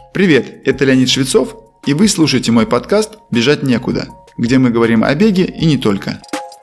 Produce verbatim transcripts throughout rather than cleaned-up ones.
Привет, это Леонид Швецов, и вы слушаете мой подкаст «Бежать некуда», где мы говорим о беге и не только.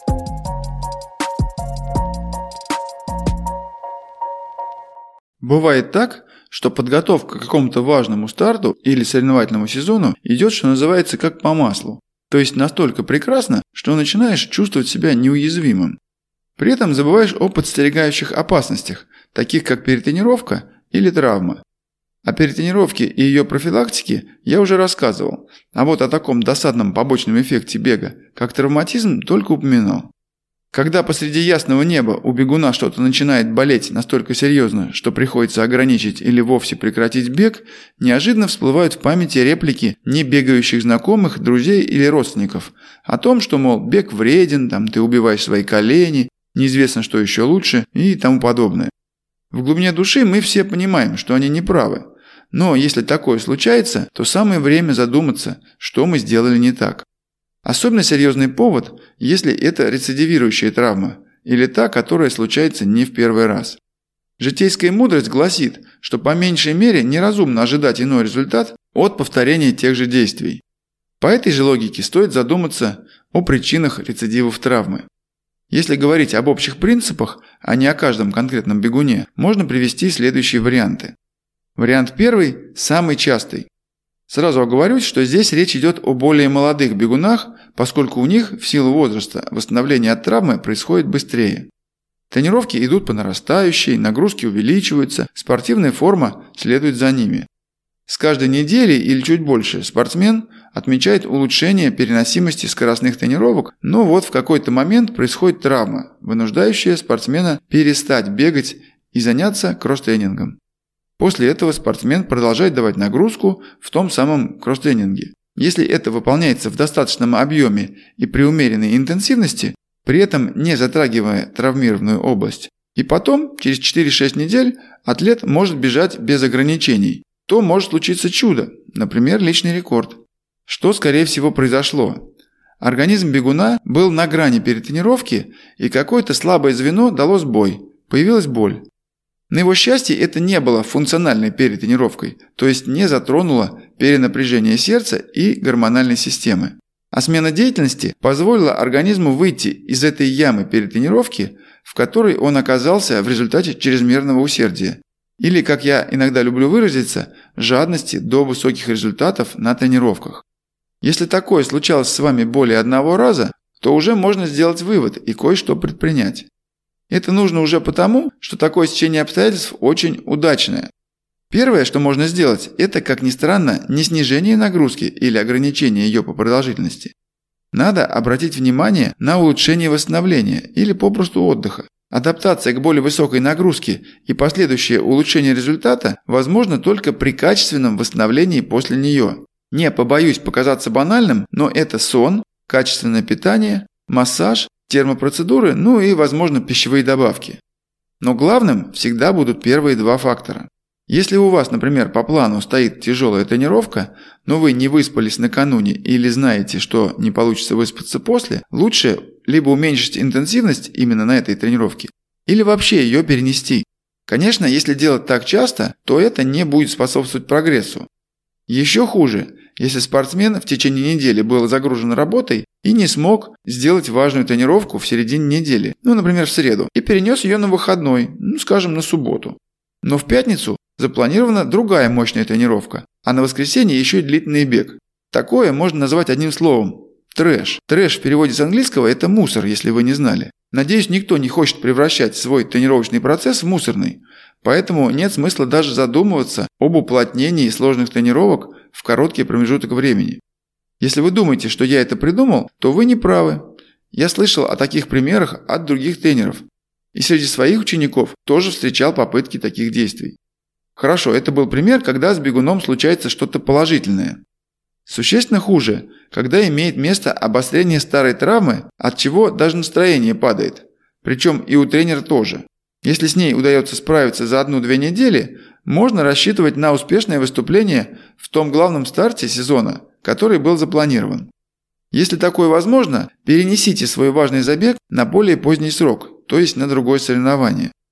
Бывает так, что подготовка к какому-то важному старту или соревновательному сезону идет, что называется, как по маслу. То есть настолько прекрасно, что начинаешь чувствовать себя неуязвимым. При этом забываешь о подстерегающих опасностях, таких как перетренировка или травма. О перетренировке и ее профилактике я уже рассказывал, а вот о таком досадном побочном эффекте бега, как травматизм, только упоминал. Когда посреди ясного неба у бегуна что-то начинает болеть настолько серьезно, что приходится ограничить или вовсе прекратить бег, неожиданно всплывают в памяти реплики небегающих знакомых, друзей или родственников о том, что, мол, бег вреден, там, ты убиваешь свои колени, неизвестно, что еще лучше и тому подобное. В глубине души мы все понимаем, что они не правы. Но если такое случается, то самое время задуматься, что мы сделали не так. Особенно серьезный повод, если это рецидивирующая травма, или та, которая случается не в первый раз. Житейская мудрость гласит, что по меньшей мере неразумно ожидать иной результат от повторения тех же действий. По этой же логике стоит задуматься о причинах рецидивов травмы. Если говорить об общих принципах, а не о каждом конкретном бегуне, можно привести следующие варианты. Вариант первый – самый частый. Сразу оговорюсь, что здесь речь идет о более молодых бегунах, поскольку у них в силу возраста восстановление от травмы происходит быстрее. Тренировки идут по нарастающей, нагрузки увеличиваются, спортивная форма следует за ними. С каждой неделей или чуть больше спортсмен отмечает улучшение переносимости скоростных тренировок, но вот в какой-то момент происходит травма, вынуждающая спортсмена перестать бегать и заняться кросс-тренингом. После этого спортсмен продолжает давать нагрузку в том самом кросс-тренинге. Если это выполняется в достаточном объеме и при умеренной интенсивности, при этом не затрагивая травмированную область, и потом, через четыре-шесть недель, атлет может бежать без ограничений, то может случиться чудо, например, личный рекорд. Что, скорее всего, произошло? Организм бегуна был на грани перетренировки, и какое-то слабое звено дало сбой, появилась боль. На его счастье, это не было функциональной перетренировкой, то есть не затронуло перенапряжение сердца и гормональной системы. А смена деятельности позволила организму выйти из этой ямы перетренировки, в которой он оказался в результате чрезмерного усердия. Или, как я иногда люблю выразиться, жадности до высоких результатов на тренировках. Если такое случалось с вами более одного раза, то уже можно сделать вывод и кое-что предпринять. Это нужно уже потому, что такое стечение обстоятельств очень удачное. Первое, что можно сделать, это, как ни странно, не снижение нагрузки или ограничение ее по продолжительности. Надо обратить внимание на улучшение восстановления или попросту отдыха. Адаптация к более высокой нагрузке и последующее улучшение результата возможно только при качественном восстановлении после нее. Не побоюсь показаться банальным, но это сон, качественное питание, массаж, термопроцедуры, ну и, возможно, пищевые добавки. Но главным всегда будут первые два фактора. Если у вас, например, по плану стоит тяжелая тренировка, но вы не выспались накануне или знаете, что не получится выспаться после, лучше либо уменьшить интенсивность именно на этой тренировке, или вообще ее перенести. Конечно, если делать так часто, то это не будет способствовать прогрессу. Еще хуже, если спортсмен в течение недели был загружен работой и не смог сделать важную тренировку в середине недели, ну, например, в среду, и перенес ее на выходной, ну, скажем, на субботу. Но в пятницу запланирована другая мощная тренировка, а на воскресенье еще и длительный бег. Такое можно назвать одним словом – трэш. Трэш в переводе с английского – это мусор, если вы не знали. Надеюсь, никто не хочет превращать свой тренировочный процесс в мусорный, поэтому нет смысла даже задумываться об уплотнении сложных тренировок в короткий промежуток времени. Если вы думаете, что я это придумал, то вы не правы. Я слышал о таких примерах от других тренеров. И среди своих учеников тоже встречал попытки таких действий. Хорошо, это был пример, когда с бегуном случается что-то положительное. Существенно хуже, когда имеет место обострение старой травмы, от чего даже настроение падает. Причем и у тренера тоже. Если с ней удается справиться за одну-две недели, можно рассчитывать на успешное выступление в том главном старте сезона, который был запланирован. Если такое возможно, перенесите свой важный забег на более поздний срок, то есть на другое соревнование.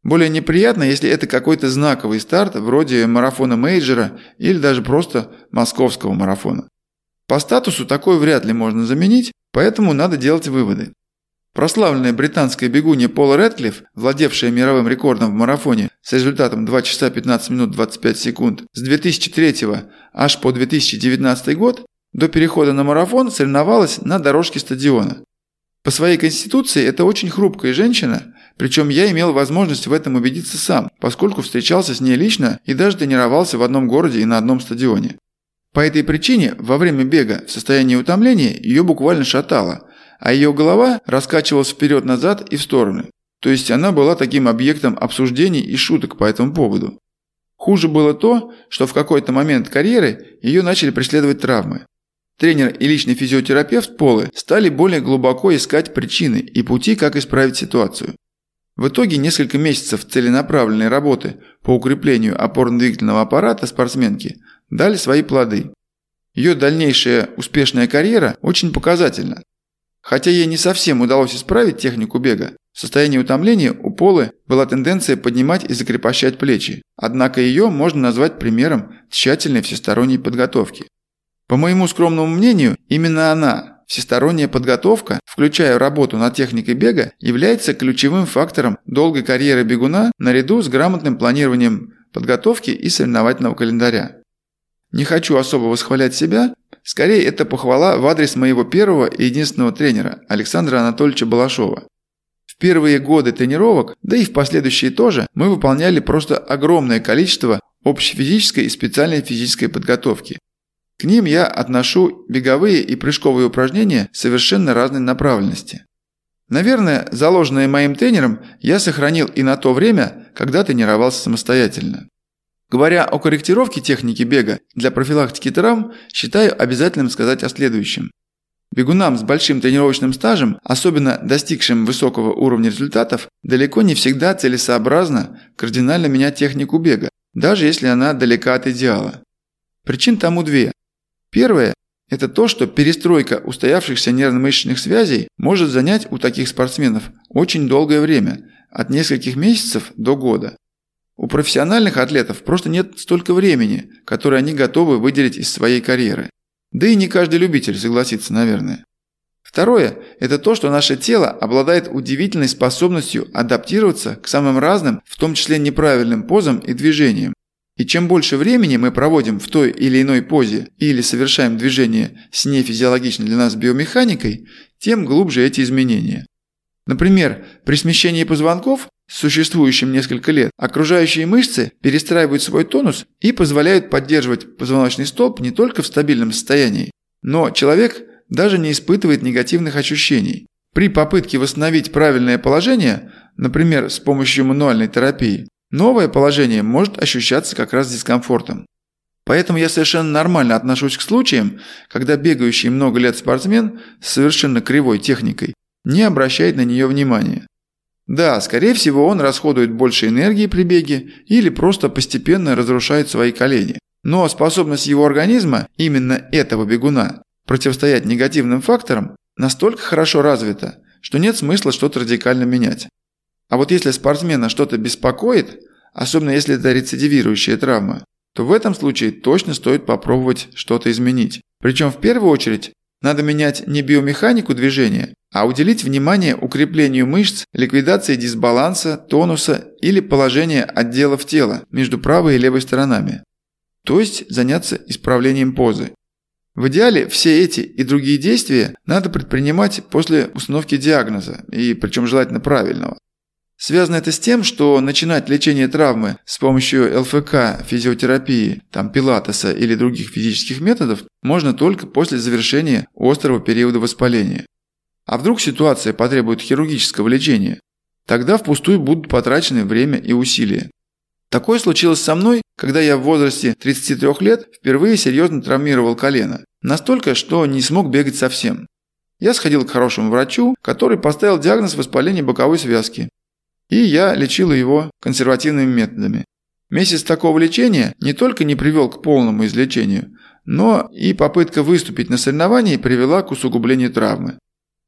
Более неприятно, если это какой-то знаковый старт, вроде марафона мейджора или даже просто московского марафона. По статусу такое вряд ли можно заменить, поэтому надо делать выводы. Прославленная британская бегунья Пола Рэдклифф, владевшая мировым рекордом в марафоне с результатом два часа пятнадцать минут двадцать пять секунд, с две тысячи третьего аж по две тысячи девятнадцатый год до перехода на марафон соревновалась на дорожке стадиона. По своей конституции это очень хрупкая женщина, причем я имел возможность в этом убедиться сам, поскольку встречался с ней лично и даже тренировался в одном городе и на одном стадионе. По этой причине во время бега в состоянии утомления ее буквально шатало, а ее голова раскачивалась вперед-назад и в стороны. То есть она была таким объектом обсуждений и шуток по этому поводу. Хуже было то, что в какой-то момент карьеры ее начали преследовать травмы. Тренер и личный физиотерапевт Полы стали более глубоко искать причины и пути, как исправить ситуацию. В итоге несколько месяцев целенаправленной работы по укреплению опорно-двигательного аппарата спортсменки дали свои плоды. Ее дальнейшая успешная карьера очень показательна. Хотя ей не совсем удалось исправить технику бега, в состоянии утомления у Полы была тенденция поднимать и закрепощать плечи, однако ее можно назвать примером тщательной всесторонней подготовки. По моему скромному мнению, именно она, всесторонняя подготовка, включая работу над техникой бега, является ключевым фактором долгой карьеры бегуна наряду с грамотным планированием подготовки и соревновательного календаря. Не хочу особо восхвалять себя, скорее это похвала в адрес моего первого и единственного тренера Александра Анатольевича Балашова. В первые годы тренировок, да и в последующие тоже, мы выполняли просто огромное количество общефизической и специальной физической подготовки. К ним я отношу беговые и прыжковые упражнения совершенно разной направленности. Наверное, заложенное моим тренером я сохранил и на то время, когда тренировался самостоятельно. Говоря о корректировке техники бега для профилактики травм, считаю обязательным сказать о следующем. Бегунам с большим тренировочным стажем, особенно достигшим высокого уровня результатов, далеко не всегда целесообразно кардинально менять технику бега, даже если она далека от идеала. Причин тому две. Первое – это то, что перестройка устоявшихся нервно-мышечных связей может занять у таких спортсменов очень долгое время, от нескольких месяцев до года. У профессиональных атлетов просто нет столько времени, которое они готовы выделить из своей карьеры. Да и не каждый любитель согласится, наверное. Второе – это то, что наше тело обладает удивительной способностью адаптироваться к самым разным, в том числе неправильным позам и движениям. И чем больше времени мы проводим в той или иной позе или совершаем движение с нефизиологичной для нас биомеханикой, тем глубже эти изменения. Например, при смещении позвонков, существующим несколько лет, окружающие мышцы перестраивают свой тонус и позволяют поддерживать позвоночный столб не только в стабильном состоянии, но человек даже не испытывает негативных ощущений. При попытке восстановить правильное положение, например, с помощью мануальной терапии, новое положение может ощущаться как раз дискомфортом. Поэтому я совершенно нормально отношусь к случаям, когда бегающий много лет спортсмен с совершенно кривой техникой не обращает на нее внимания. Да, скорее всего, он расходует больше энергии при беге или просто постепенно разрушает свои колени. Но способность его организма, именно этого бегуна, противостоять негативным факторам настолько хорошо развита, что нет смысла что-то радикально менять. А вот если спортсмена что-то беспокоит, особенно если это рецидивирующая травма, то в этом случае точно стоит попробовать что-то изменить. Причем в первую очередь надо менять не биомеханику движения, а уделить внимание укреплению мышц, ликвидации дисбаланса, тонуса или положения отделов тела между правой и левой сторонами. То есть заняться исправлением позы. В идеале все эти и другие действия надо предпринимать после установки диагноза, и причем желательно правильного. Связано это с тем, что начинать лечение травмы с помощью эл эф ка, физиотерапии, там, пилатеса или других физических методов можно только после завершения острого периода воспаления. А вдруг ситуация потребует хирургического лечения? Тогда впустую будут потрачены время и усилия. Такое случилось со мной, когда я в возрасте тридцати трёх лет впервые серьезно травмировал колено. Настолько, что не смог бегать совсем. Я сходил к хорошему врачу, который поставил диагноз воспаления боковой связки. И я лечил его консервативными методами. Месяц такого лечения не только не привел к полному излечению, но и попытка выступить на соревновании привела к усугублению травмы.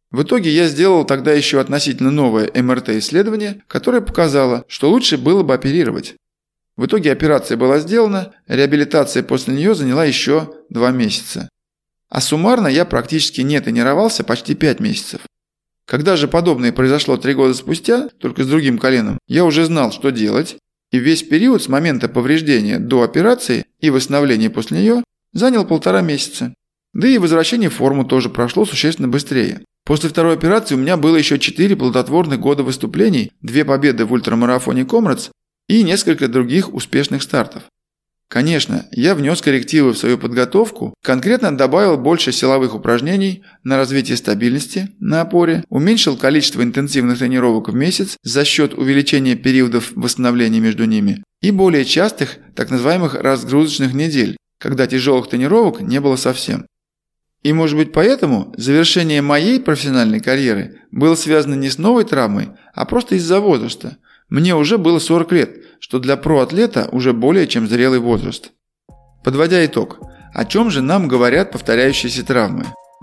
В итоге я сделал тогда еще относительно новое эм эр тэ-исследование, которое показало, что лучше было бы оперировать. В итоге операция была сделана, реабилитация после нее заняла еще два месяца. А суммарно я практически не тренировался почти пять месяцев. Когда же подобное произошло три года спустя, только с другим коленом, я уже знал, что делать, и весь период с момента повреждения до операции и восстановления после нее занял полтора месяца. Да и возвращение в форму тоже прошло существенно быстрее. После второй операции у меня было еще четыре плодотворных года выступлений, две победы в ультрамарафоне Комрадс и несколько других успешных стартов. Конечно, я внес коррективы в свою подготовку, конкретно добавил больше силовых упражнений на развитие стабильности на опоре, уменьшил количество интенсивных тренировок в месяц за счет увеличения периодов восстановления между ними и более частых так называемых разгрузочных недель, когда тяжелых тренировок не было совсем. И может быть поэтому завершение моей профессиональной карьеры было связано не с новой травмой, а просто из-за возраста. Мне уже было сорок лет, что для проатлета уже более чем зрелый возраст. Подводя итог, о чем же нам говорят повторяющиеся травмы?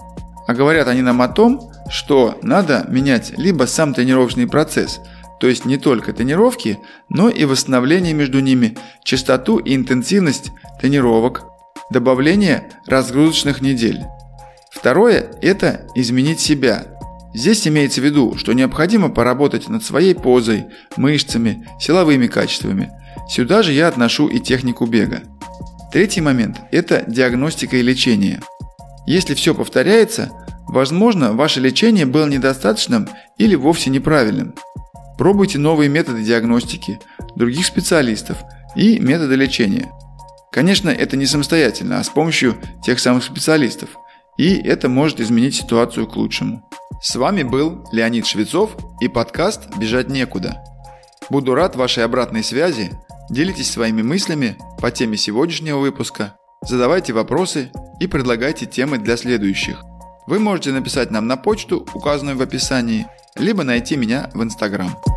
А говорят они нам о том, что надо менять либо сам тренировочный процесс, то есть не только тренировки, но и восстановление между ними, частоту и интенсивность тренировок, добавление разгрузочных недель. Второе – это изменить себя. Здесь имеется в виду, что необходимо поработать над своей позой, мышцами, силовыми качествами. Сюда же я отношу и технику бега. Третий момент – это диагностика и лечение. Если все повторяется, возможно, ваше лечение было недостаточным или вовсе неправильным. Пробуйте новые методы диагностики, других специалистов и методы лечения. Конечно, это не самостоятельно, а с помощью тех самых специалистов. И это может изменить ситуацию к лучшему. С вами был Леонид Швецов и подкаст «Бежать некуда». Буду рад вашей обратной связи, делитесь своими мыслями по теме сегодняшнего выпуска, задавайте вопросы и предлагайте темы для следующих. Вы можете написать нам на почту, указанную в описании, либо найти меня в Инстаграм.